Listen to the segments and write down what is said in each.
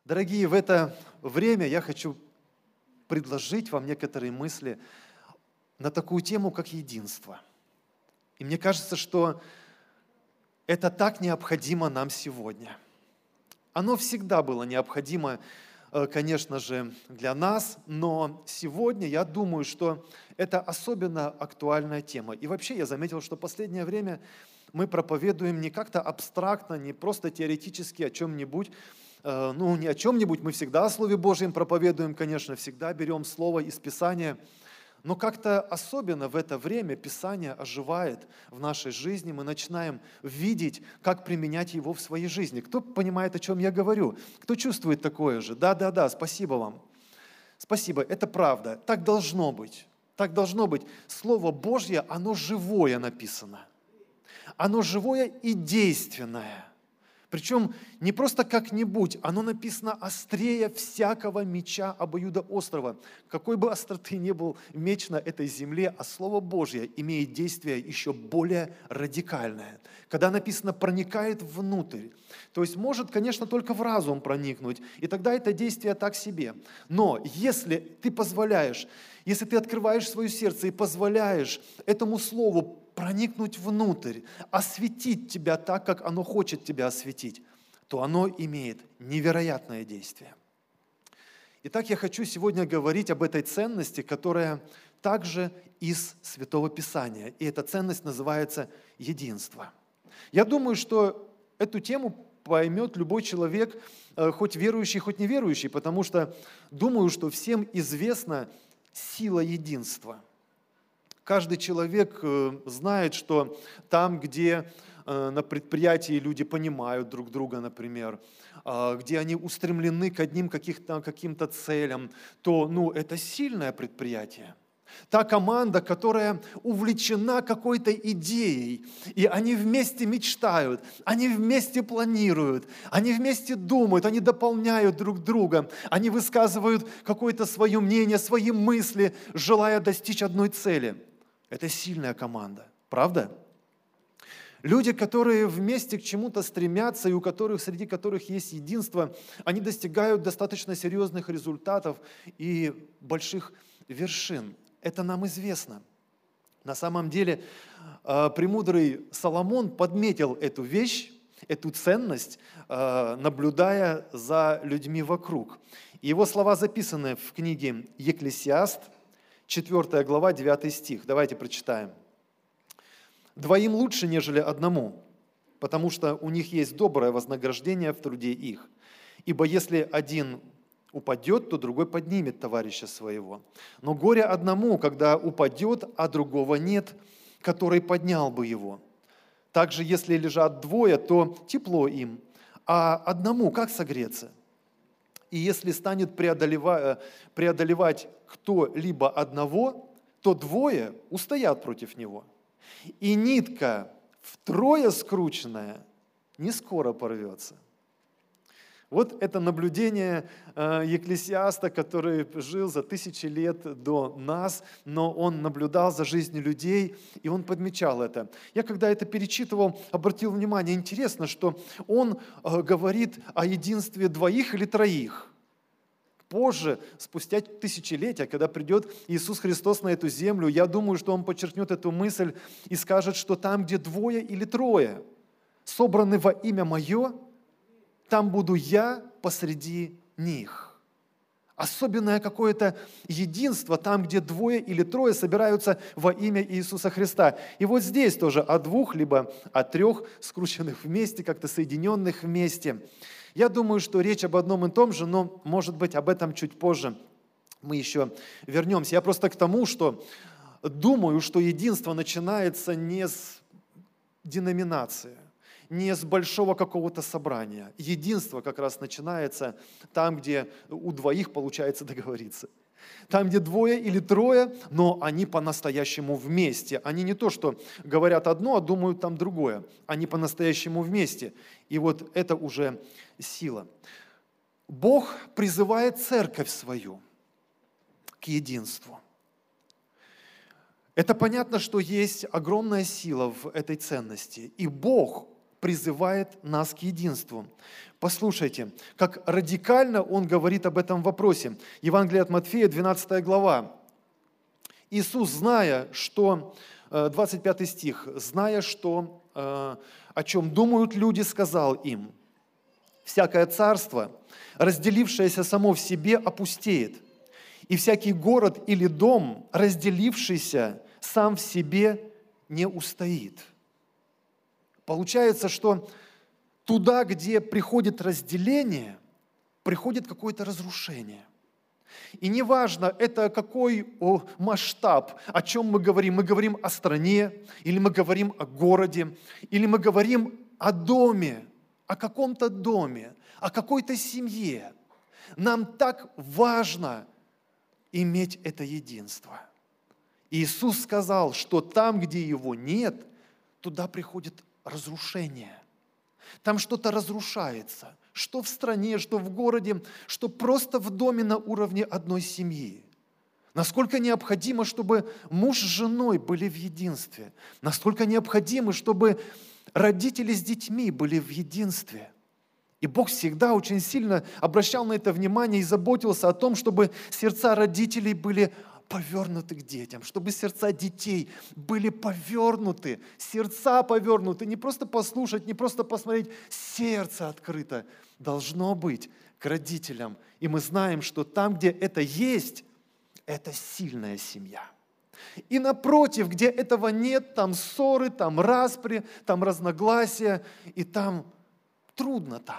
Дорогие, в это время я хочу предложить вам некоторые мысли на такую тему, как единство. И мне кажется, что это так необходимо нам сегодня. Оно всегда было необходимо, конечно же, для нас, но сегодня я думаю, что это особенно актуальная тема. И вообще я заметил, что в последнее время мы проповедуем не как-то абстрактно, не просто теоретически о чем-нибудь, не о чем-нибудь, мы всегда о Слове Божьем проповедуем, конечно, всегда берем Слово из Писания, но как-то особенно в это время Писание оживает в нашей жизни, мы начинаем видеть, как применять его в своей жизни. Кто понимает, о чем я говорю? Кто чувствует такое же? Да, спасибо вам. Спасибо, это правда, так должно быть. Так должно быть. Слово Божье, оно живое написано. Оно живое и действенное. Причем не просто как-нибудь, оно написано острее всякого меча обоюдоострого. Какой бы остроты ни был меч на этой земле, а Слово Божье имеет действие еще более радикальное. Когда написано «проникает внутрь», то есть может, конечно, только в разум проникнуть, и тогда это действие так себе. Но если ты позволяешь, если ты открываешь свое сердце и позволяешь этому Слову проникнуть внутрь, осветить тебя так, как оно хочет тебя осветить, то оно имеет невероятное действие. Итак, я хочу сегодня говорить об этой ценности, которая также из Святого Писания. И эта ценность называется единство. Я думаю, что эту тему поймет любой человек, хоть верующий, хоть неверующий, потому что думаю, что всем известна сила единства. Каждый человек знает, что там, где на предприятии люди понимают друг друга, например, где они устремлены к одним каким-то целям, то это сильное предприятие. Та команда, которая увлечена какой-то идеей, и они вместе мечтают, они вместе планируют, они вместе думают, они дополняют друг друга, они высказывают какое-то свое мнение, свои мысли, желая достичь одной цели. Это сильная команда, правда? Люди, которые вместе к чему-то стремятся, и среди которых есть единство, они достигают достаточно серьезных результатов и больших вершин. Это нам известно. На самом деле, премудрый Соломон подметил эту вещь, эту ценность, наблюдая за людьми вокруг. Его слова записаны в книге «Екклесиаст», 4 глава, 9 стих. Давайте прочитаем. «Двоим лучше, нежели одному, потому что у них есть доброе вознаграждение в труде их. Ибо если один упадет, то другой поднимет товарища своего. Но горе одному, когда упадет, а другого нет, который поднял бы его. Также, если лежат двое, то тепло им, а одному как согреться? И если станет преодолевать кто-либо одного, то двое устоят против него. И нитка втрое скрученная не скоро порвется». Вот это наблюдение Екклесиаста, который жил за 1000 лет до нас, но он наблюдал за жизнью людей, и он подмечал это. Я когда это перечитывал, обратил внимание, интересно, что он говорит о единстве двоих или троих. Позже, спустя тысячелетия, когда придет Иисус Христос на эту землю, я думаю, что Он подчеркнет эту мысль и скажет, что там, где двое или трое собраны во имя Мое, там буду Я посреди них. Особенное какое-то единство там, где двое или трое собираются во имя Иисуса Христа. И вот здесь тоже о двух, либо о трех, скрученных вместе, как-то соединенных вместе. Я думаю, что речь об одном и том же, но, может быть, об этом чуть позже мы еще вернемся. Я просто к тому, что думаю, что единство начинается не с деноминации, не с большого какого-то собрания. Единство как раз начинается там, где у двоих получается договориться. Там, где двое или трое, но они по-настоящему вместе. Они не то, что говорят одно, а думают там другое. Они по-настоящему вместе. И вот это уже сила. Бог призывает церковь свою к единству. Это понятно, что есть огромная сила в этой ценности. И Бог призывает нас к единству. Послушайте, как радикально Он говорит об этом вопросе. Евангелие от Матфея, 12 глава. Иисус, зная, что, 25 стих, зная, что, о чем думают люди, сказал им: «Всякое царство, разделившееся само в себе, опустеет, и всякий город или дом, разделившийся сам в себе, не устоит». Получается, что туда, где приходит разделение, приходит какое-то разрушение. И неважно, это какой масштаб, о чем мы говорим. Мы говорим о стране, или мы говорим о городе, или мы говорим о доме, о каком-то доме, о какой-то семье. Нам так важно иметь это единство. Иисус сказал, что там, где его нет, туда приходит разрушение. Там что-то разрушается. Что в стране, что в городе, что просто в доме на уровне одной семьи. Насколько необходимо, чтобы муж с женой были в единстве. Насколько необходимо, чтобы родители с детьми были в единстве. И Бог всегда очень сильно обращал на это внимание и заботился о том, чтобы сердца родителей были повернуты к детям, чтобы сердца детей были повернуты, сердца повернуты, не просто послушать, не просто посмотреть, сердце открыто должно быть к родителям. И мы знаем, что там, где это есть, это сильная семья. И напротив, где этого нет, там ссоры, там распри, там разногласия, и там трудно там.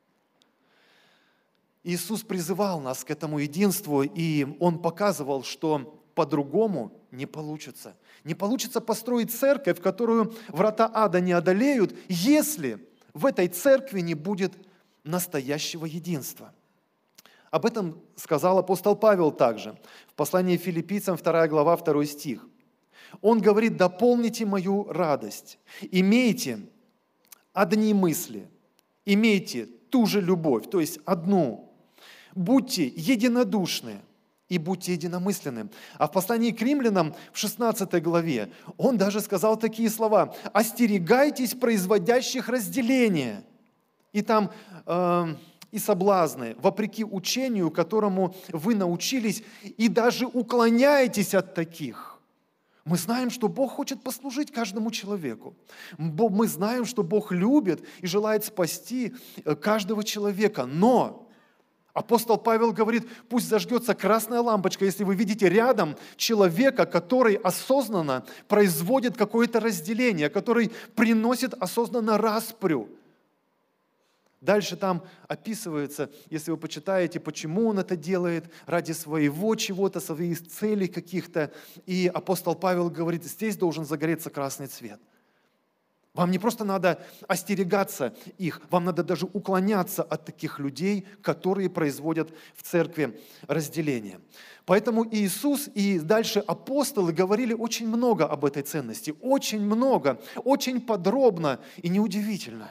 Иисус призывал нас к этому единству, и Он показывал, что по-другому не получится. Не получится построить церковь, которую врата ада не одолеют, если в этой церкви не будет настоящего единства. Об этом сказал апостол Павел также в послании Филиппийцам, 2 глава, 2 стих. Он говорит: «Дополните мою радость, имейте одни мысли, имейте ту же любовь», то есть одну. «Будьте единодушны и будьте единомысленны». А в послании к римлянам в 16 главе он даже сказал такие слова: «Остерегайтесь производящих разделение». И там и соблазны, вопреки учению, которому вы научились, и даже уклоняетесь от таких. Мы знаем, что Бог хочет послужить каждому человеку. Мы знаем, что Бог любит и желает спасти каждого человека. Но апостол Павел говорит: пусть зажгется красная лампочка, если вы видите рядом человека, который осознанно производит какое-то разделение, который приносит осознанно распрю. Дальше там описывается, если вы почитаете, почему он это делает, ради своего чего-то, своих целей каких-то. И апостол Павел говорит: здесь должен загореться красный цвет. Вам не просто надо остерегаться их, вам надо даже уклоняться от таких людей, которые производят в церкви разделение. Поэтому Иисус и дальше апостолы говорили очень много об этой ценности, очень много, очень подробно и неудивительно.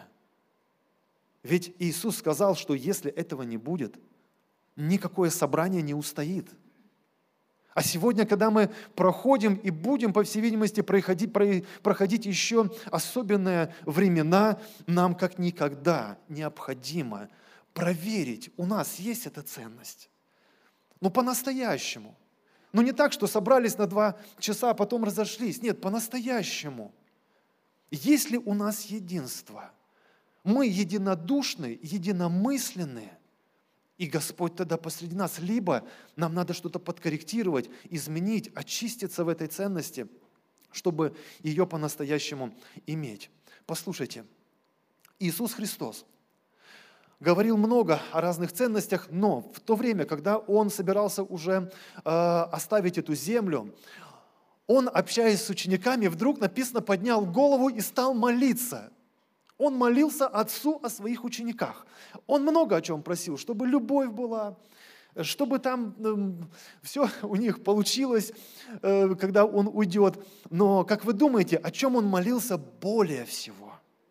Ведь Иисус сказал, что если этого не будет, никакое собрание не устоит. А сегодня, когда мы проходим и будем, по всей видимости, проходить еще особенные времена, нам как никогда необходимо проверить, у нас есть эта ценность. Но по-настоящему. Но не так, что собрались на 2 часа, а потом разошлись. Нет, по-настоящему. Есть ли у нас единство? Мы единодушны, единомысленные. И Господь тогда посреди нас. Либо нам надо что-то подкорректировать, изменить, очиститься в этой ценности, чтобы ее по-настоящему иметь. Послушайте, Иисус Христос говорил много о разных ценностях, но в то время, когда Он собирался уже оставить эту землю, Он, общаясь с учениками, вдруг, написано, поднял голову и стал молиться. Он молился Отцу о своих учениках. Он много о чем просил, чтобы любовь была, чтобы там все у них получилось, когда Он уйдет. Но, как вы думаете, о чем Он молился более всего?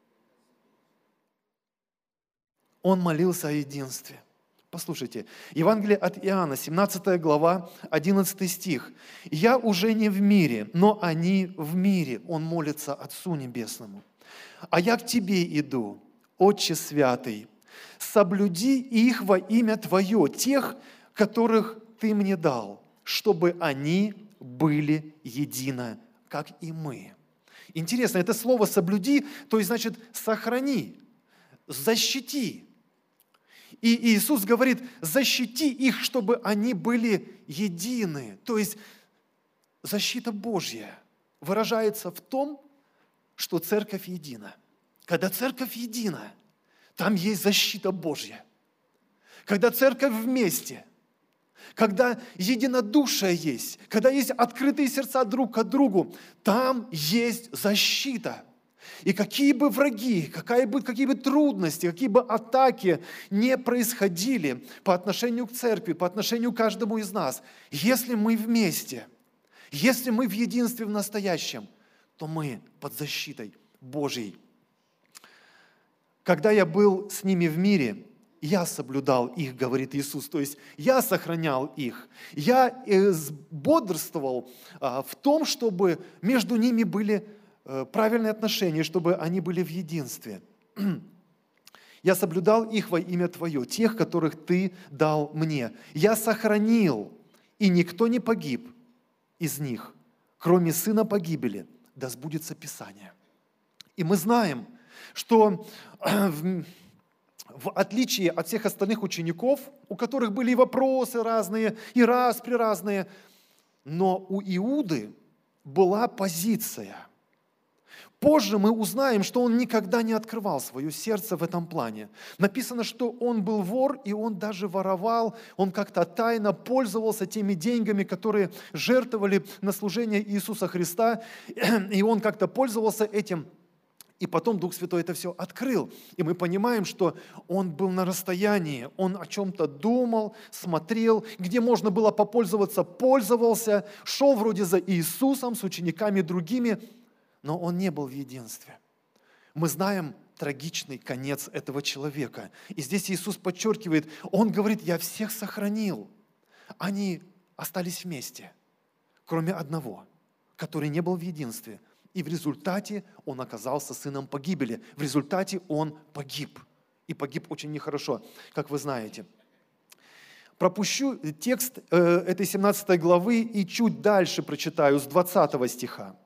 Он молился о единстве. Послушайте, Евангелие от Иоанна, 17 глава, 11 стих. «Я уже не в мире, но они в мире». Он молится Отцу Небесному. а я к Тебе иду, Отче Святый, соблюди их во имя Твое, тех, которых Ты мне дал, чтобы они были едино, как и мы». Интересно, это слово «соблюди», то есть значит «сохрани», «защити». И Иисус говорит: защити их, чтобы они были едины. То есть защита Божья выражается в том, что церковь едина. Когда церковь едина, там есть защита Божья. Когда церковь вместе, когда единодушие есть, когда есть открытые сердца друг к другу, там есть защита. И какие бы враги, какие бы трудности, какие бы атаки не происходили по отношению к церкви, по отношению к каждому из нас, если мы вместе, если мы в единстве в настоящем, то мы под защитой Божьей. Когда я был с ними в мире, я соблюдал их, говорит Иисус, то есть я сохранял их. Я бодрствовал в том, чтобы между ними были правильные отношения, чтобы они были в единстве. Я соблюдал их во имя Твое, тех, которых Ты дал мне. Я сохранил, и никто не погиб из них, кроме сына погибели, да сбудется Писание. И мы знаем, что в отличие от всех остальных учеников, у которых были и вопросы разные, и распри разные, но у Иуды была позиция. Позже мы узнаем, что он никогда не открывал свое сердце в этом плане. Написано, что он был вор, и он даже воровал, он как-то тайно пользовался теми деньгами, которые жертвовали на служение Иисуса Христа, и он как-то пользовался этим. И потом Дух Святой это все открыл. И мы понимаем, что он был на расстоянии, он о чем-то думал, смотрел, где можно было попользоваться, пользовался, шел вроде за Иисусом, с учениками другими, но он не был в единстве. Мы знаем трагичный конец этого человека. И здесь Иисус подчеркивает, Он говорит: я всех сохранил. Они остались вместе, кроме одного, который не был в единстве. И в результате он оказался сыном погибели. В результате он погиб. И погиб очень нехорошо, как вы знаете. Пропущу текст этой 17 главы и чуть дальше прочитаю, с 20 стиха.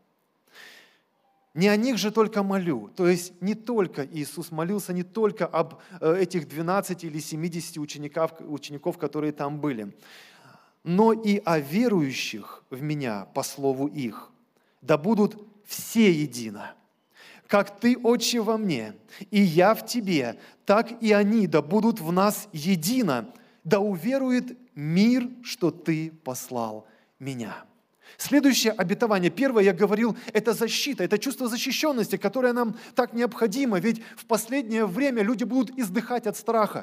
«Не о них же только молю». То есть не только Иисус молился, не только об этих 12 или 70 учеников, которые там были, но и о верующих в Меня по слову их. Да будут все едино. Как Ты, Отче, во Мне, и я в Тебе, так и они да будут в нас едино. Да уверует мир, что Ты послал Меня». Следующее обетование, первое, я говорил, это защита, это чувство защищенности, которое нам так необходимо, ведь в последнее время люди будут издыхать от страха.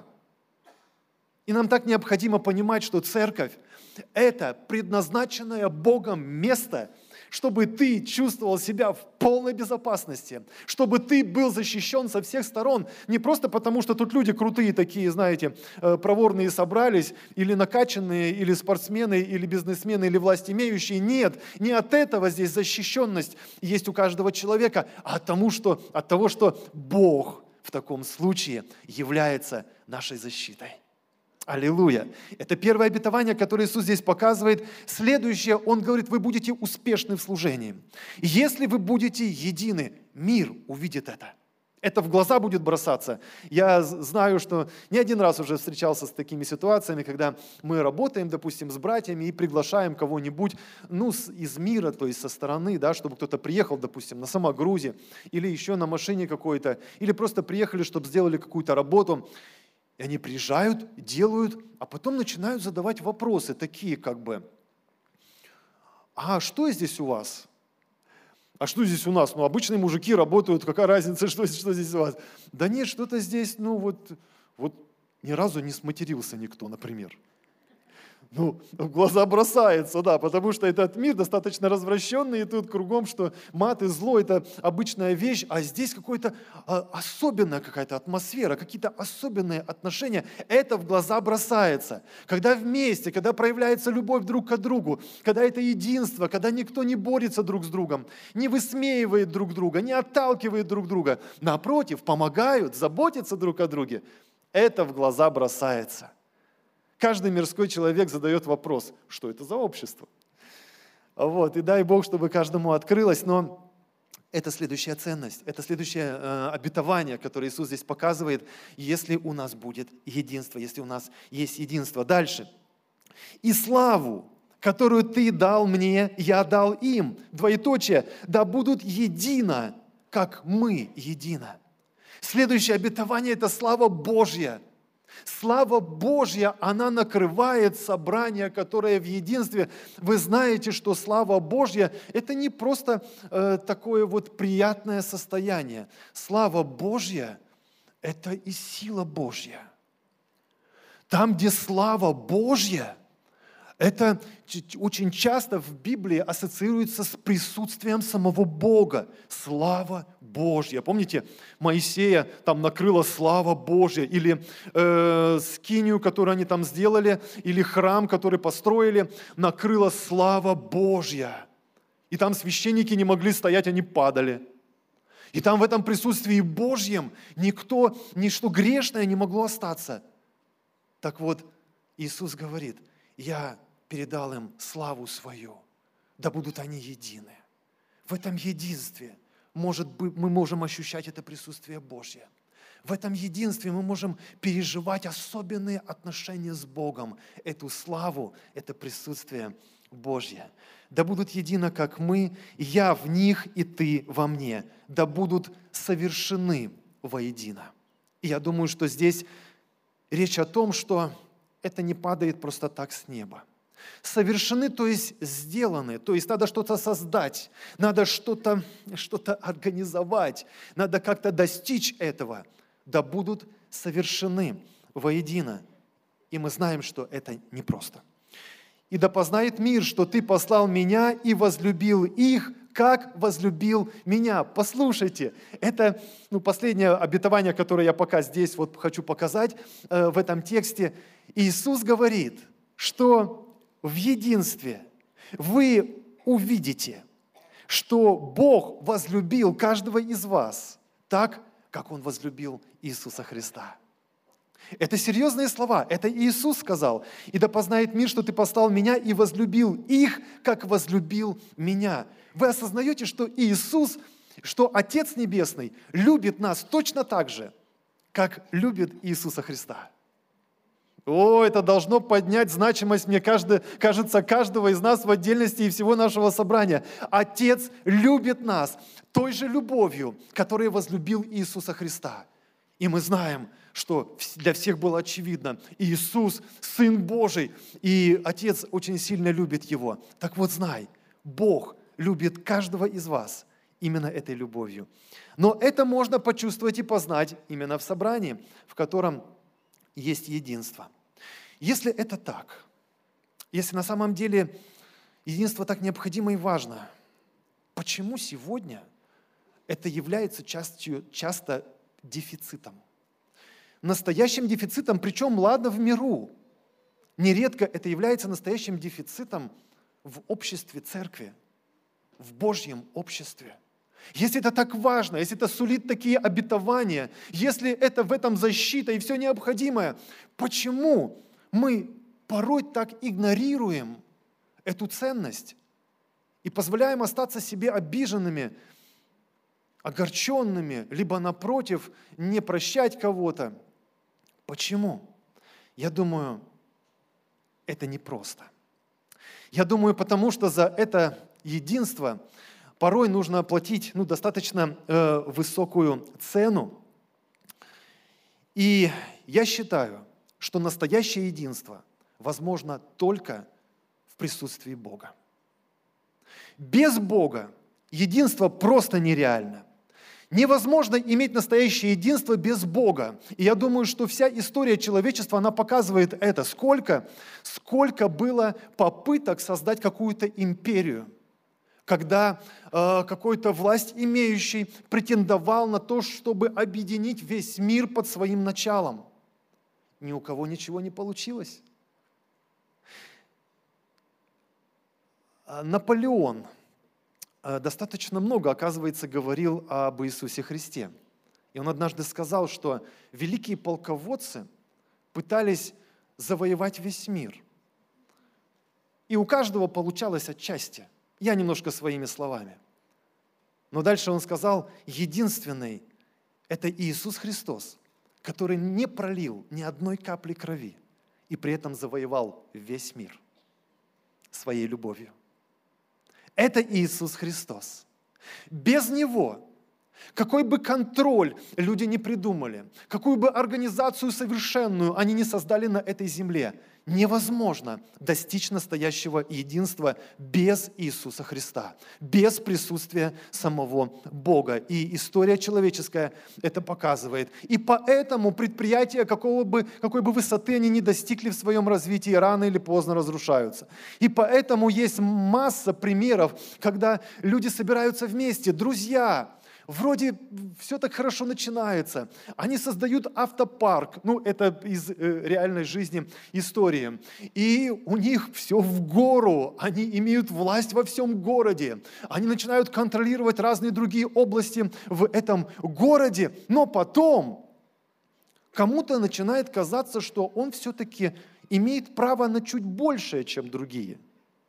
И нам так необходимо понимать, что церковь – это предназначенное Богом место, чтобы ты чувствовал себя в полной безопасности, чтобы ты был защищен со всех сторон. Не просто потому, что тут люди крутые такие, знаете, проворные собрались, или накачанные, или спортсмены, или бизнесмены, или власть имеющие. Нет, не от этого здесь защищенность есть у каждого человека, а от того, что Бог в таком случае является нашей защитой. Аллилуйя! Это первое обетование, которое Иисус здесь показывает. Следующее, Он говорит, вы будете успешны в служении. Если вы будете едины, мир увидит это. Это в глаза будет бросаться. Я знаю, что не один раз уже встречался с такими ситуациями, когда мы работаем, допустим, с братьями и приглашаем кого-нибудь, из мира, то есть со стороны, да, чтобы кто-то приехал, допустим, на самогрузе, или еще на машине какой-то, или просто приехали, чтобы сделали какую-то работу. И они приезжают, делают, а потом начинают задавать вопросы, такие как бы: а что здесь у вас? А что здесь у нас? Обычные мужики работают, какая разница, что здесь у вас? Да нет, что-то здесь, вот ни разу не сматерился никто, например. в глаза бросается, да, потому что этот мир достаточно развращенный, и тут кругом, что мат и зло – это обычная вещь, а здесь какая-то особенная какая-то атмосфера, какие-то особенные отношения. Это в глаза бросается. Когда вместе, когда проявляется любовь друг к другу, когда это единство, когда никто не борется друг с другом, не высмеивает друг друга, не отталкивает друг друга, напротив, помогают, заботятся друг о друге, это в глаза бросается. Каждый мирской человек задает вопрос, что это за общество? И дай Бог, чтобы каждому открылось, но это следующая ценность, это следующее обетование, которое Иисус здесь показывает, если у нас будет единство, если у нас есть единство. Дальше. «И славу, которую Ты дал мне, я дал им». Двоеточие. «Да будут едино, как мы едино». Следующее обетование – это слава Божья. Слава Божья, она накрывает собрание, которое в единстве. Вы знаете, что слава Божья – это не просто такое приятное состояние. Слава Божья – это и сила Божья. Там, где слава Божья, это очень часто в Библии ассоциируется с присутствием самого Бога. Слава Божья. Помните, Моисея там накрыла слава Божья, или скинию, которую они там сделали, или храм, который построили, накрыла слава Божья. И там священники не могли стоять, они падали. И там в этом присутствии Божьем ничто грешное не могло остаться. Так вот, Иисус говорит, я передал им славу свою, да будут они едины. В этом единстве, мы можем ощущать это присутствие Божье. В этом единстве мы можем переживать особенные отношения с Богом, эту славу, это присутствие Божье. Да будут едины, как мы, я в них и ты во мне, да будут совершены воедино. И я думаю, что здесь речь о том, что это не падает просто так с неба. Совершены, то есть сделаны, то есть надо что-то создать, надо что-то организовать, надо как-то достичь этого. Да будут совершены воедино. И мы знаем, что это непросто. И да познает мир, что Ты послал меня и возлюбил их, как возлюбил меня. Послушайте, это последнее обетование, которое я пока здесь хочу показать в этом тексте. Иисус говорит, что в единстве вы увидите, что Бог возлюбил каждого из вас так, как Он возлюбил Иисуса Христа. Это серьезные слова, это Иисус сказал. «И да познает мир, что Ты послал Меня и возлюбил их, как возлюбил Меня». Вы осознаете, что Иисус, что Отец Небесный любит нас точно так же, как любит Иисуса Христа. Это должно поднять значимость, мне кажется, каждого из нас в отдельности и всего нашего собрания. Отец любит нас той же любовью, которой возлюбил Иисуса Христа. И мы знаем, что для всех было очевидно, Иисус – Сын Божий, и Отец очень сильно любит Его. Так вот знай, Бог любит каждого из вас именно этой любовью. Но это можно почувствовать и познать именно в собрании, в котором есть единство. Если это так, если на самом деле единство так необходимо и важно, почему сегодня это является часто дефицитом? Настоящим дефицитом, причем, ладно, в миру. Нередко это является настоящим дефицитом в обществе церкви, в Божьем обществе. Если это так важно, если это сулит такие обетования, если это в этом защита и все необходимое, почему мы порой так игнорируем эту ценность и позволяем остаться себе обиженными, огорченными, либо, напротив, не прощать кого-то? Почему? Я думаю, это непросто. Я думаю, потому что за это единство порой нужно оплатить достаточно высокую цену. И я считаю, что настоящее единство возможно только в присутствии Бога. Без Бога единство просто нереально. Невозможно иметь настоящее единство без Бога. И я думаю, что вся история человечества, она показывает это. Сколько было попыток создать какую-то империю, когда какой-то власть имеющий претендовал на то, чтобы объединить весь мир под своим началом. Ни у кого ничего не получилось. Наполеон достаточно много, оказывается, говорил об Иисусе Христе. И он однажды сказал, что великие полководцы пытались завоевать весь мир. И у каждого получалось отчасти. Я немножко своими словами. Но дальше он сказал, единственный – это Иисус Христос, который не пролил ни одной капли крови и при этом завоевал весь мир своей любовью. Это Иисус Христос. Без Него, какой бы контроль люди не придумали, какую бы организацию совершенную они не создали на этой земле, невозможно достичь настоящего единства без Иисуса Христа, без присутствия самого Бога. И история человеческая это показывает. И поэтому предприятия, какой бы высоты они ни достигли в своем развитии, рано или поздно разрушаются. И поэтому есть масса примеров, когда люди собираются вместе, друзья. Вроде все так хорошо начинается. Они создают автопарк. Это из реальной жизни истории. И у них все в гору. Они имеют власть во всем городе. Они начинают контролировать разные другие области в этом городе. Но потом кому-то начинает казаться, что он все-таки имеет право на чуть большее, чем другие.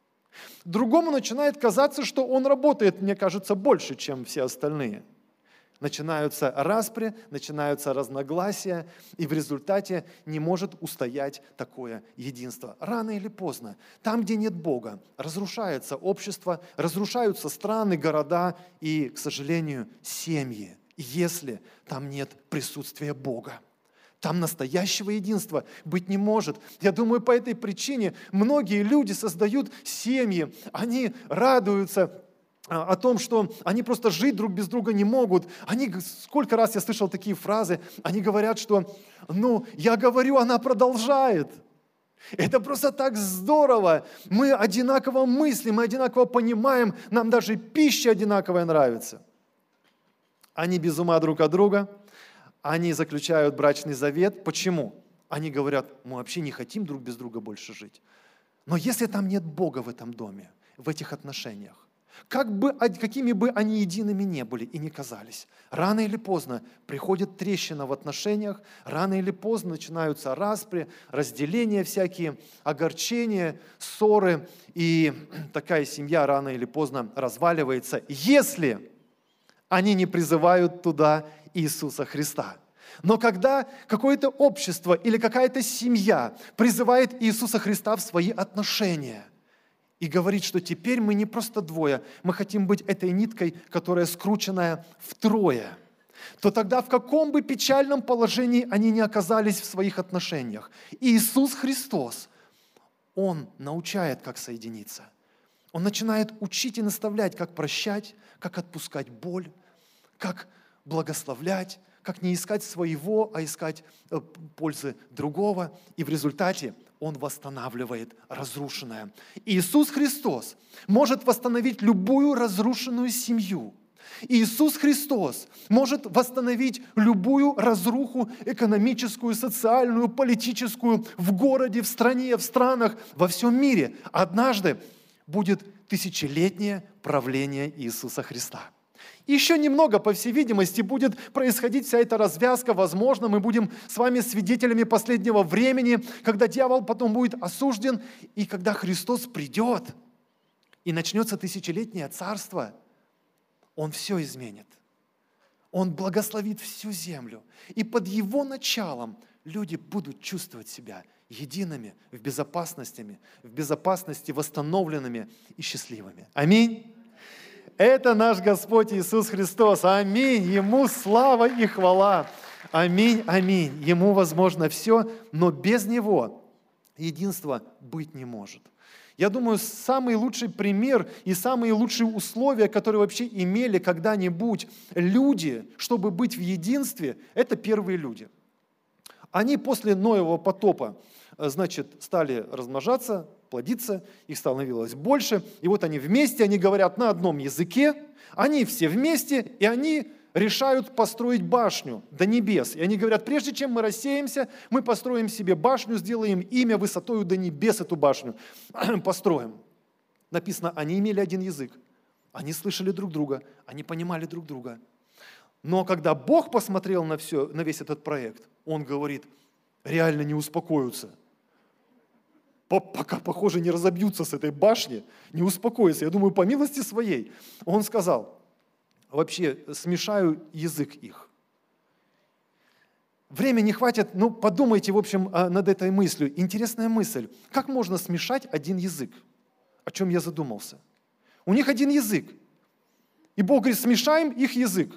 Другому начинает казаться, что он работает, мне кажется, больше, чем все остальные. Начинаются распри, начинаются разногласия, и в результате не может устоять такое единство. Рано или поздно, там, где нет Бога, разрушается общество, разрушаются страны, города и, к сожалению, семьи, если там нет присутствия Бога. Там настоящего единства быть не может. Я думаю, по этой причине многие люди создают семьи, они радуются о том, что они просто жить друг без друга не могут. Сколько раз я слышал такие фразы, они говорят, что, я говорю, она продолжает. Это просто так здорово. Мы одинаково мыслим, мы одинаково понимаем, нам даже пища одинаковая нравится. Они без ума друг от друга. Они заключают брачный завет. Почему? Они говорят, мы вообще не хотим друг без друга больше жить. Но если там нет Бога в этом доме, в этих отношениях, какими бы они едиными не были и не казались, рано или поздно приходит трещина в отношениях, рано или поздно начинаются распри, разделения всякие, огорчения, ссоры, и такая семья рано или поздно разваливается, если они не призывают туда Иисуса Христа. Но когда какое-то общество или какая-то семья призывает Иисуса Христа в свои отношения и говорит, что теперь мы не просто двое, мы хотим быть этой ниткой, которая скрученная втрое, то тогда в каком бы печальном положении они ни оказались в своих отношениях, Иисус Христос, Он научает, как соединиться. Он начинает учить и наставлять, как прощать, как отпускать боль, как благословлять, как не искать своего, а искать пользы другого. И в результате Он восстанавливает разрушенное. Иисус Христос может восстановить любую разрушенную семью. Иисус Христос может восстановить любую разруху экономическую, социальную, политическую в городе, в стране, в странах, во всем мире. Однажды будет тысячелетнее правление Иисуса Христа. Еще немного, по всей видимости, будет происходить вся эта развязка. Возможно, мы будем с вами свидетелями последнего времени, когда дьявол потом будет осужден, и когда Христос придет, и начнется тысячелетнее царство, Он все изменит. Он благословит всю землю. И под Его началом люди будут чувствовать себя едиными, в безопасности, восстановленными и счастливыми. Аминь. Это наш Господь Иисус Христос. Аминь. Ему слава и хвала. Аминь, аминь. Ему возможно все, но без Него единства быть не может. Я думаю, самый лучший пример и самые лучшие условия, которые вообще имели когда-нибудь люди, чтобы быть в единстве, это первые люди. Они после Ноевого потопа, стали размножаться, плодиться, их становилось больше, и вот они вместе, они говорят на одном языке, они все вместе, и они решают построить башню до небес. И они говорят, прежде чем мы рассеемся, мы построим себе башню, сделаем имя высотою до небес, эту башню построим. Написано, они имели один язык, они слышали друг друга, они понимали друг друга. Но когда Бог посмотрел на весь этот проект, Он говорит, реально не успокоятся. Пока, похоже, не разобьются с этой башни, не успокоятся. Я думаю, по милости своей. Он сказал, вообще смешаю язык их. Времени не хватит, но подумайте, в общем, над этой мыслью. Интересная мысль. Как можно смешать один язык? О чем я задумался. У них один язык. И Бог говорит, смешаем их язык.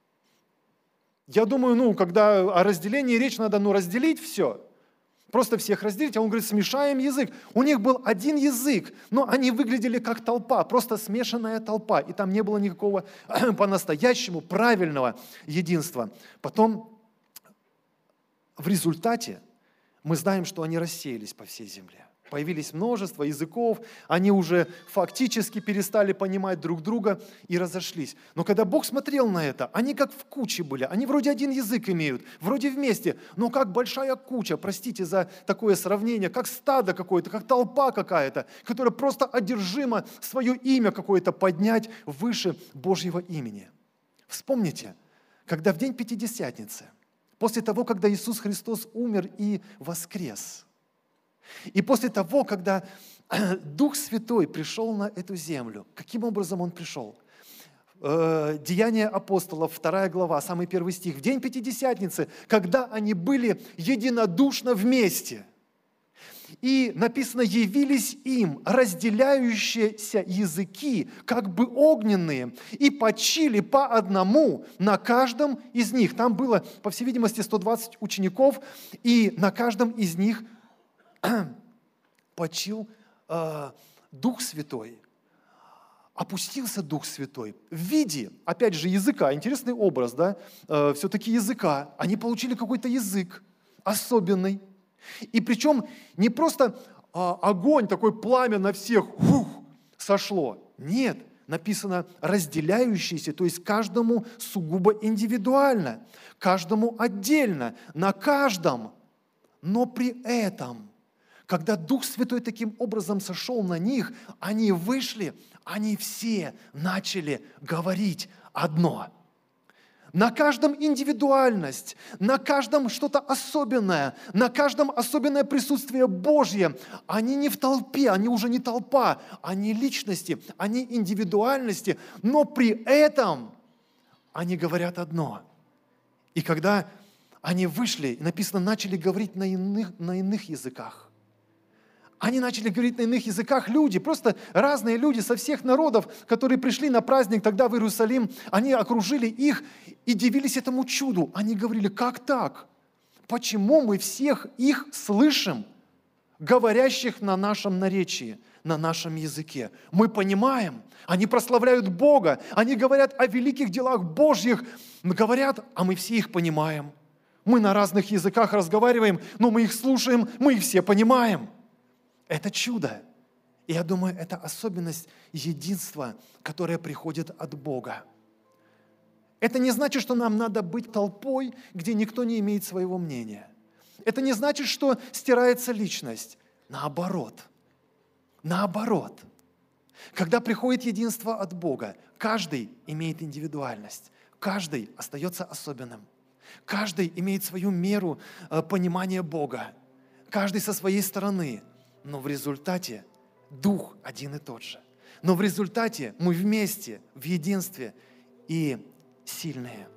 Я думаю, когда о разделении речь надо, разделить все. Просто всех разделить, а он говорит, смешаем язык. У них был один язык, но они выглядели как толпа, просто смешанная толпа. И там не было никакого по-настоящему правильного единства. Потом в результате мы знаем, что они рассеялись по всей земле. Появились множество языков, они уже фактически перестали понимать друг друга и разошлись. Но когда Бог смотрел на это, они как в куче были, они вроде один язык имеют, вроде вместе, но как большая куча, простите за такое сравнение, как стадо какое-то, как толпа какая-то, которая просто одержима свое имя какое-то поднять выше Божьего имени. Вспомните, когда в день Пятидесятницы, после того, когда Иисус Христос умер и воскрес, и после того, когда Дух Святой пришел на эту землю, каким образом Он пришел? Деяния апостолов, 2 глава, самый первый стих. В день Пятидесятницы, когда они были единодушно вместе, и написано, явились им разделяющиеся языки, как бы огненные, и почили по одному на каждом из них. Там было, по всей видимости, 120 учеников, и на каждом из них почил Дух Святой, опустился Дух Святой в виде, опять же, языка. Интересный образ, да? Все-таки языка. Они получили какой-то язык особенный. И причем не просто огонь, такой пламя на всех сошло. Нет, написано разделяющийся, то есть каждому сугубо индивидуально, каждому отдельно, на каждом. Но при этом, когда Дух Святой таким образом сошел на них, они вышли, они все начали говорить одно. На каждом индивидуальность, на каждом что-то особенное, на каждом особенное присутствие Божье. Они не в толпе, они уже не толпа, они личности, они индивидуальности, но при этом они говорят одно. И когда они вышли, написано, начали говорить на иных языках. Они начали говорить на иных языках, люди, просто разные люди со всех народов, которые пришли на праздник тогда в Иерусалим, они окружили их и дивились этому чуду. Они говорили, как так? Почему мы всех их слышим, говорящих на нашем наречии, на нашем языке? Мы понимаем, они прославляют Бога, они говорят о великих делах Божьих, говорят, а мы все их понимаем. Мы на разных языках разговариваем, но мы их слушаем, мы их все понимаем. Это чудо. И я думаю, это особенность единства, которое приходит от Бога. Это не значит, что нам надо быть толпой, где никто не имеет своего мнения. Это не значит, что стирается личность. Наоборот. Наоборот. Когда приходит единство от Бога, каждый имеет индивидуальность, каждый остается особенным, каждый имеет свою меру понимания Бога, каждый со своей стороны. Но в результате Дух один и тот же. Но в результате мы вместе, в единстве и сильные.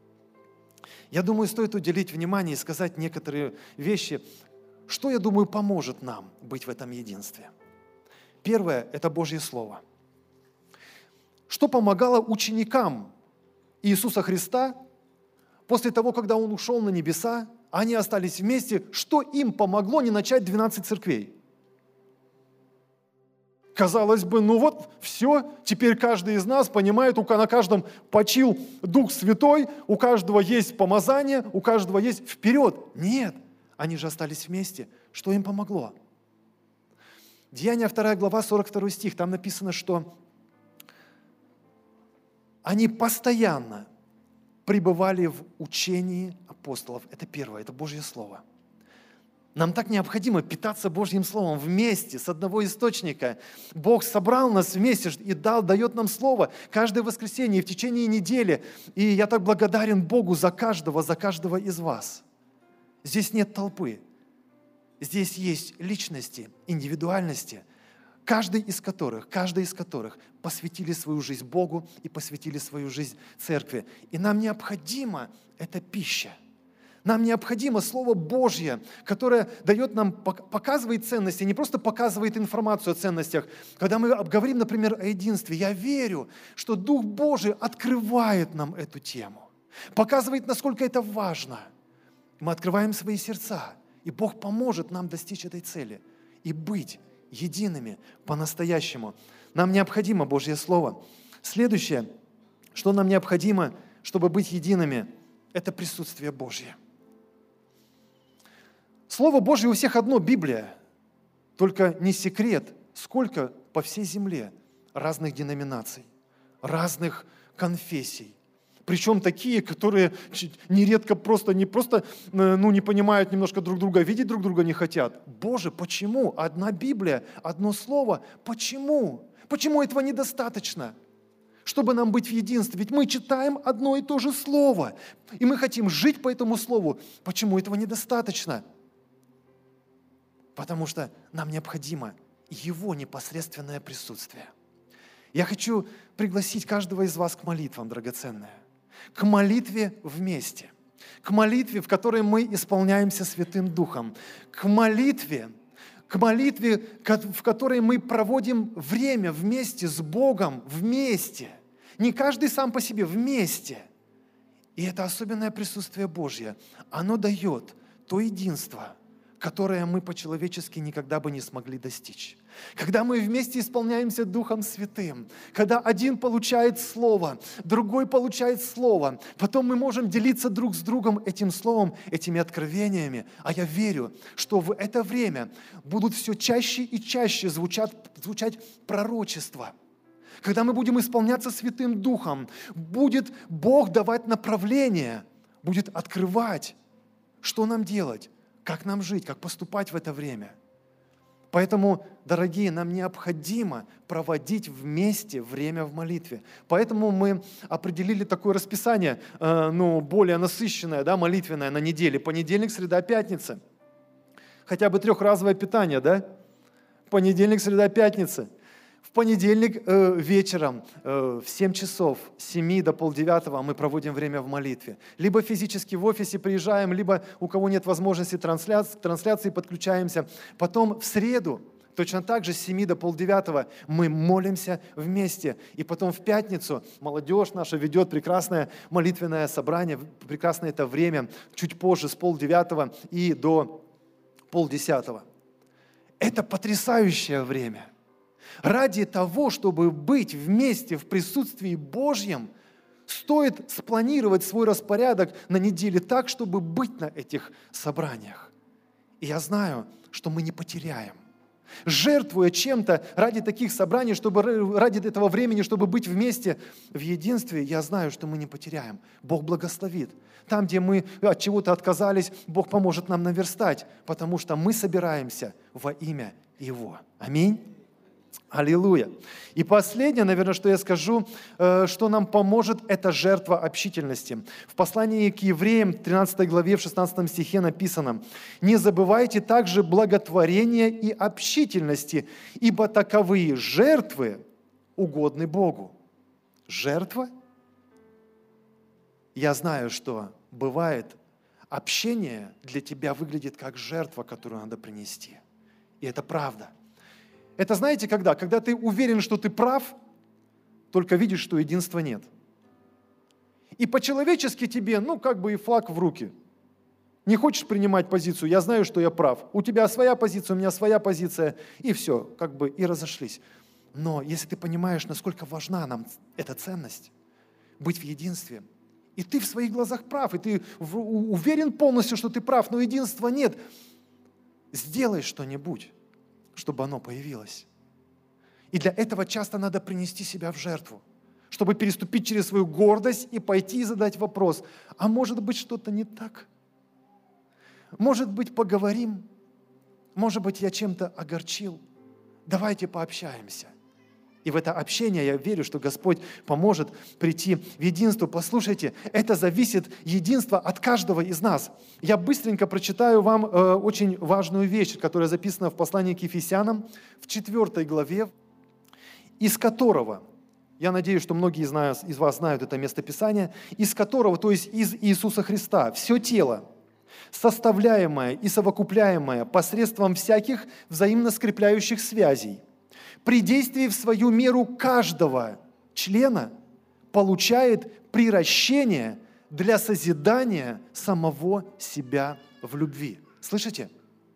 Я думаю, стоит уделить внимание и сказать некоторые вещи, что, я думаю, поможет нам быть в этом единстве. Первое – это Божье Слово. Что помогало ученикам Иисуса Христа после того, когда Он ушел на небеса, Они остались вместе. Что им помогло не начать 12 церквей? Казалось бы, ну вот, все, теперь каждый из нас понимает, на каждом почил Дух Святой, у каждого есть помазание, у каждого есть вперед. Нет, они же остались вместе. Что им помогло? Деяния 2 глава, 42 стих, там написано, что они постоянно пребывали в учении апостолов. Это первое, это Божье Слово. Нам так необходимо питаться Божьим Словом вместе, с одного источника. Бог собрал нас вместе и дает нам Слово каждое воскресенье и в течение недели. И я так благодарен Богу за каждого из вас. Здесь нет толпы. Здесь есть личности, индивидуальности, каждый из которых посвятили свою жизнь Богу и посвятили свою жизнь церкви. И нам необходима эта пища. Нам необходимо Слово Божье, которое дает нам, показывает ценности, не просто показывает информацию о ценностях. Когда мы говорим, например, о единстве, я верю, что Дух Божий открывает нам эту тему, показывает, насколько это важно. Мы открываем свои сердца, и Бог поможет нам достичь этой цели и быть едиными по-настоящему. Нам необходимо Божье Слово. Следующее, что нам необходимо, чтобы быть едиными, это присутствие Божье. Слово Божье у всех одно, Библия. Только не секрет, сколько по всей земле разных деноминаций, разных конфессий. Причем такие, которые нередко не понимают немножко друг друга, видеть друг друга не хотят. Боже, почему? Одна Библия, одно Слово. Почему? Почему этого недостаточно? Чтобы нам быть в единстве. Ведь мы читаем одно и то же Слово. И мы хотим жить по этому Слову. Почему этого недостаточно? Потому что нам необходимо Его непосредственное присутствие. Я хочу пригласить каждого из вас к молитвам, драгоценные. К молитве вместе. К молитве, в которой мы исполняемся Святым Духом. К молитве, в которой мы проводим время вместе с Богом, вместе. Не каждый сам по себе, вместе. И это особенное присутствие Божье. Оно дает то единство, которое мы по-человечески никогда бы не смогли достичь. Когда мы вместе исполняемся Духом Святым, когда один получает Слово, другой получает Слово, потом мы можем делиться друг с другом этим Словом, этими откровениями. А я верю, что в это время будут все чаще и чаще звучать пророчества. Когда мы будем исполняться Святым Духом, будет Бог давать направление, будет открывать, что нам делать, как нам жить, как поступать в это время. Поэтому, дорогие, нам необходимо проводить вместе время в молитве. Поэтому мы определили такое расписание, более насыщенное, молитвенное на неделе. Понедельник, среда, пятница. Хотя бы трехразовое питание, да? Понедельник, среда, пятница. В понедельник вечером в 7 часов, с 7 до полдевятого мы проводим время в молитве. Либо физически в офисе приезжаем, либо у кого нет возможности трансляции, подключаемся. Потом в среду, точно так же с 7 до полдевятого мы молимся вместе. И потом в пятницу молодежь наша ведет прекрасное молитвенное собрание, прекрасное это время, чуть позже, с полдевятого и до полдесятого. Это потрясающее время. Ради того, чтобы быть вместе в присутствии Божьем, стоит спланировать свой распорядок на неделе так, чтобы быть на этих собраниях. И я знаю, что мы не потеряем. Жертвуя чем-то ради таких собраний, ради этого времени, чтобы быть вместе в единстве, я знаю, что мы не потеряем. Бог благословит. Там, где мы от чего-то отказались, Бог поможет нам наверстать, потому что мы собираемся во имя Его. Аминь. Аллилуйя. И последнее, наверное, что я скажу, что нам поможет, это жертва общительности. В послании к евреям, 13 главе, в 16 стихе написано: «Не забывайте также благотворения и общительности, ибо таковые жертвы угодны Богу». Жертва? Я знаю, что бывает, общение для тебя выглядит как жертва, которую надо принести. И это правда. Это знаете когда? Когда ты уверен, что ты прав, только видишь, что единства нет. И по-человечески тебе, и флаг в руки. Не хочешь принимать позицию, я знаю, что я прав. У тебя своя позиция, у меня своя позиция, и все, как бы и разошлись. Но если ты понимаешь, насколько важна нам эта ценность, быть в единстве, и ты в своих глазах прав, и ты уверен полностью, что ты прав, но единства нет, сделай что-нибудь, чтобы оно появилось. И для этого часто надо принести себя в жертву, чтобы переступить через свою гордость и пойти и задать вопрос, а может быть что-то не так? Может быть поговорим? Может быть я чем-то огорчил? Давайте пообщаемся. И в это общение я верю, что Господь поможет прийти в единство. Послушайте, это зависит единство от каждого из нас. Я быстренько прочитаю вам очень важную вещь, которая записана в послании к Ефесянам в 4 главе, из которого, я надеюсь, что многие из вас знают это местописание, из которого, то есть из Иисуса Христа, все тело, составляемое и совокупляемое посредством всяких взаимно скрепляющих связей, при действии в свою меру каждого члена получает приращение для созидания самого себя в любви. Слышите?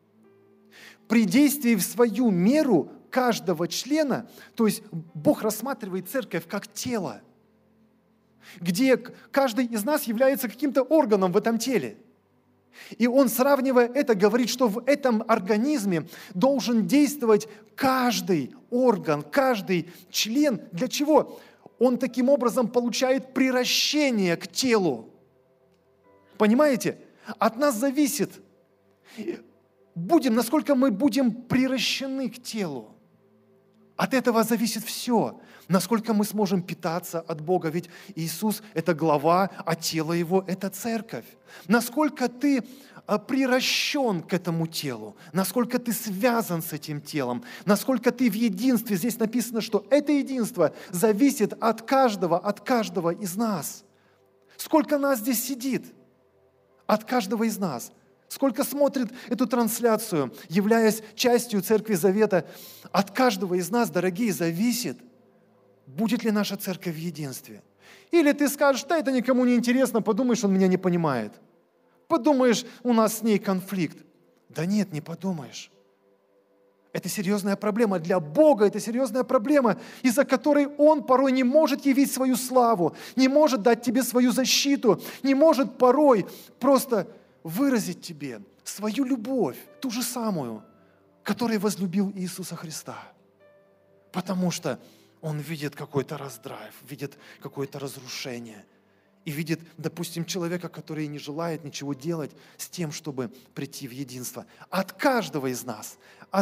При действии в свою меру каждого члена, то есть Бог рассматривает церковь как тело, где каждый из нас является каким-то органом в этом теле. И он, сравнивая это, говорит, что в этом организме должен действовать каждый орган, каждый член. Для чего? Он таким образом получает приращение к телу. Понимаете? От нас зависит, насколько мы будем приращены к телу. От этого зависит все. Насколько мы сможем питаться от Бога. Ведь Иисус – это глава, а тело Его – это церковь. Насколько ты приращен к этому телу, насколько ты связан с этим телом, насколько ты в единстве. Здесь написано, что это единство зависит от каждого из нас. Сколько нас здесь сидит? От каждого из нас. Сколько смотрит эту трансляцию, являясь частью Церкви Завета, от каждого из нас, дорогие, зависит, будет ли наша церковь в единстве. Или ты скажешь, да, это никому не интересно, подумаешь, он меня не понимает. Подумаешь, у нас с ней конфликт. Да нет, не подумаешь. Это серьезная проблема. Для Бога это серьезная проблема, из-за которой Он порой не может явить свою славу, не может дать тебе свою защиту, не может порой просто выразить тебе свою любовь, ту же самую, которой возлюбил Иисуса Христа. Потому что Он видит какой-то раздрайв, видит какое-то разрушение. И видит, допустим, человека, который не желает ничего делать с тем, чтобы прийти в единство. От каждого из нас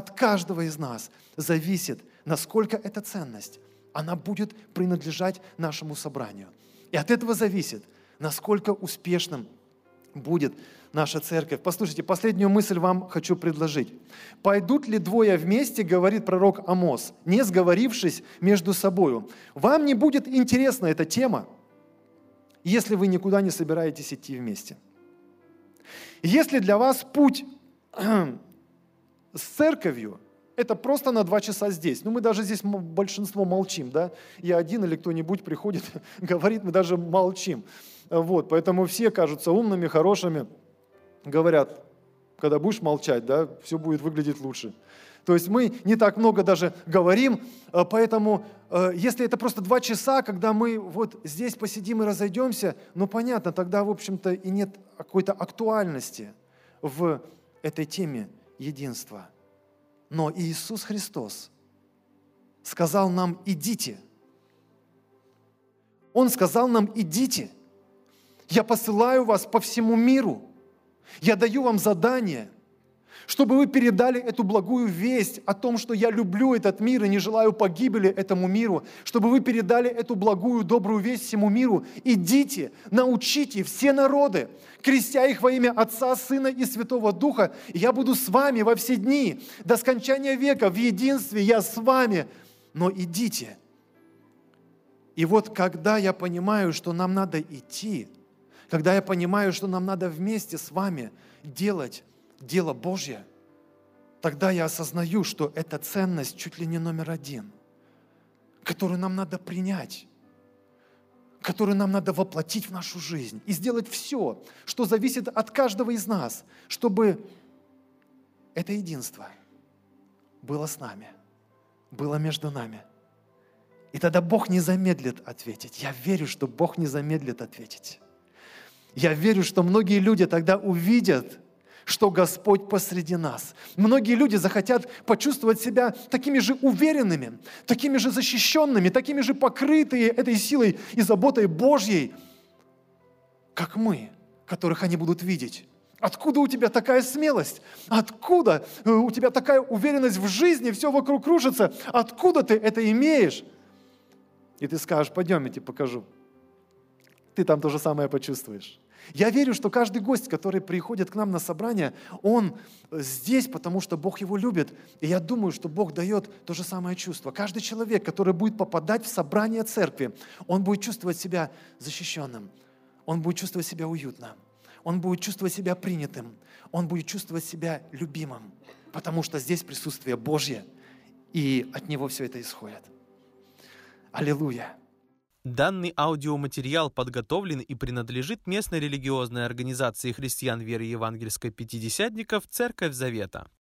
зависит, насколько эта ценность, она будет принадлежать нашему собранию. И от этого зависит, насколько успешным будет наша церковь. Послушайте, последнюю мысль вам хочу предложить. «Пойдут ли двое вместе, — говорит пророк Амос, — не сговорившись между собою?» Вам не будет интересна эта тема, если вы никуда не собираетесь идти вместе. Если для вас путь с церковью – это просто на 2 часа здесь. Мы даже здесь большинство молчим, да? Я один или кто-нибудь приходит, говорит, мы даже молчим. Поэтому все кажутся умными, хорошими. Говорят, когда будешь молчать, да, все будет выглядеть лучше. То есть мы не так много даже говорим, поэтому если это просто 2 часа, когда мы здесь посидим и разойдемся, понятно, тогда, в общем-то, и нет какой-то актуальности в этой теме единства. Но Иисус Христос сказал нам: идите. Он сказал нам: идите. Я посылаю вас по всему миру. Я даю вам задание, чтобы вы передали эту благую весть о том, что я люблю этот мир и не желаю погибели этому миру, чтобы вы передали эту благую, добрую весть всему миру. Идите, научите все народы, крестя их во имя Отца, Сына и Святого Духа. И я буду с вами во все дни, до скончания века, в единстве я с вами. Но идите. И когда я понимаю, что нам надо идти, когда я понимаю, что нам надо вместе с вами делать дело Божье, тогда я осознаю, что это ценность чуть ли не номер 1, которую нам надо принять, которую нам надо воплотить в нашу жизнь и сделать все, что зависит от каждого из нас, чтобы это единство было с нами, было между нами. И тогда Бог не замедлит ответить. Я верю, что Бог не замедлит ответить. Я верю, что многие люди тогда увидят, что Господь посреди нас. Многие люди захотят почувствовать себя такими же уверенными, такими же защищенными, такими же покрытые этой силой и заботой Божьей, как мы, которых они будут видеть. Откуда у тебя такая смелость? Откуда у тебя такая уверенность в жизни? Все вокруг кружится. Откуда ты это имеешь? И ты скажешь: пойдем, я тебе покажу. Ты там то же самое почувствуешь. Я верю, что каждый гость, который приходит к нам на собрание, он здесь, потому что Бог его любит. И я думаю, что Бог дает то же самое чувство. Каждый человек, который будет попадать в собрание церкви, он будет чувствовать себя защищенным. Он будет чувствовать себя уютно. Он будет чувствовать себя принятым. Он будет чувствовать себя любимым. Потому что здесь присутствие Божье, и от Него все это исходит. Аллилуйя! Данный аудиоматериал подготовлен и принадлежит местной религиозной организации христиан веры евангельской пятидесятников «Церковь Завета».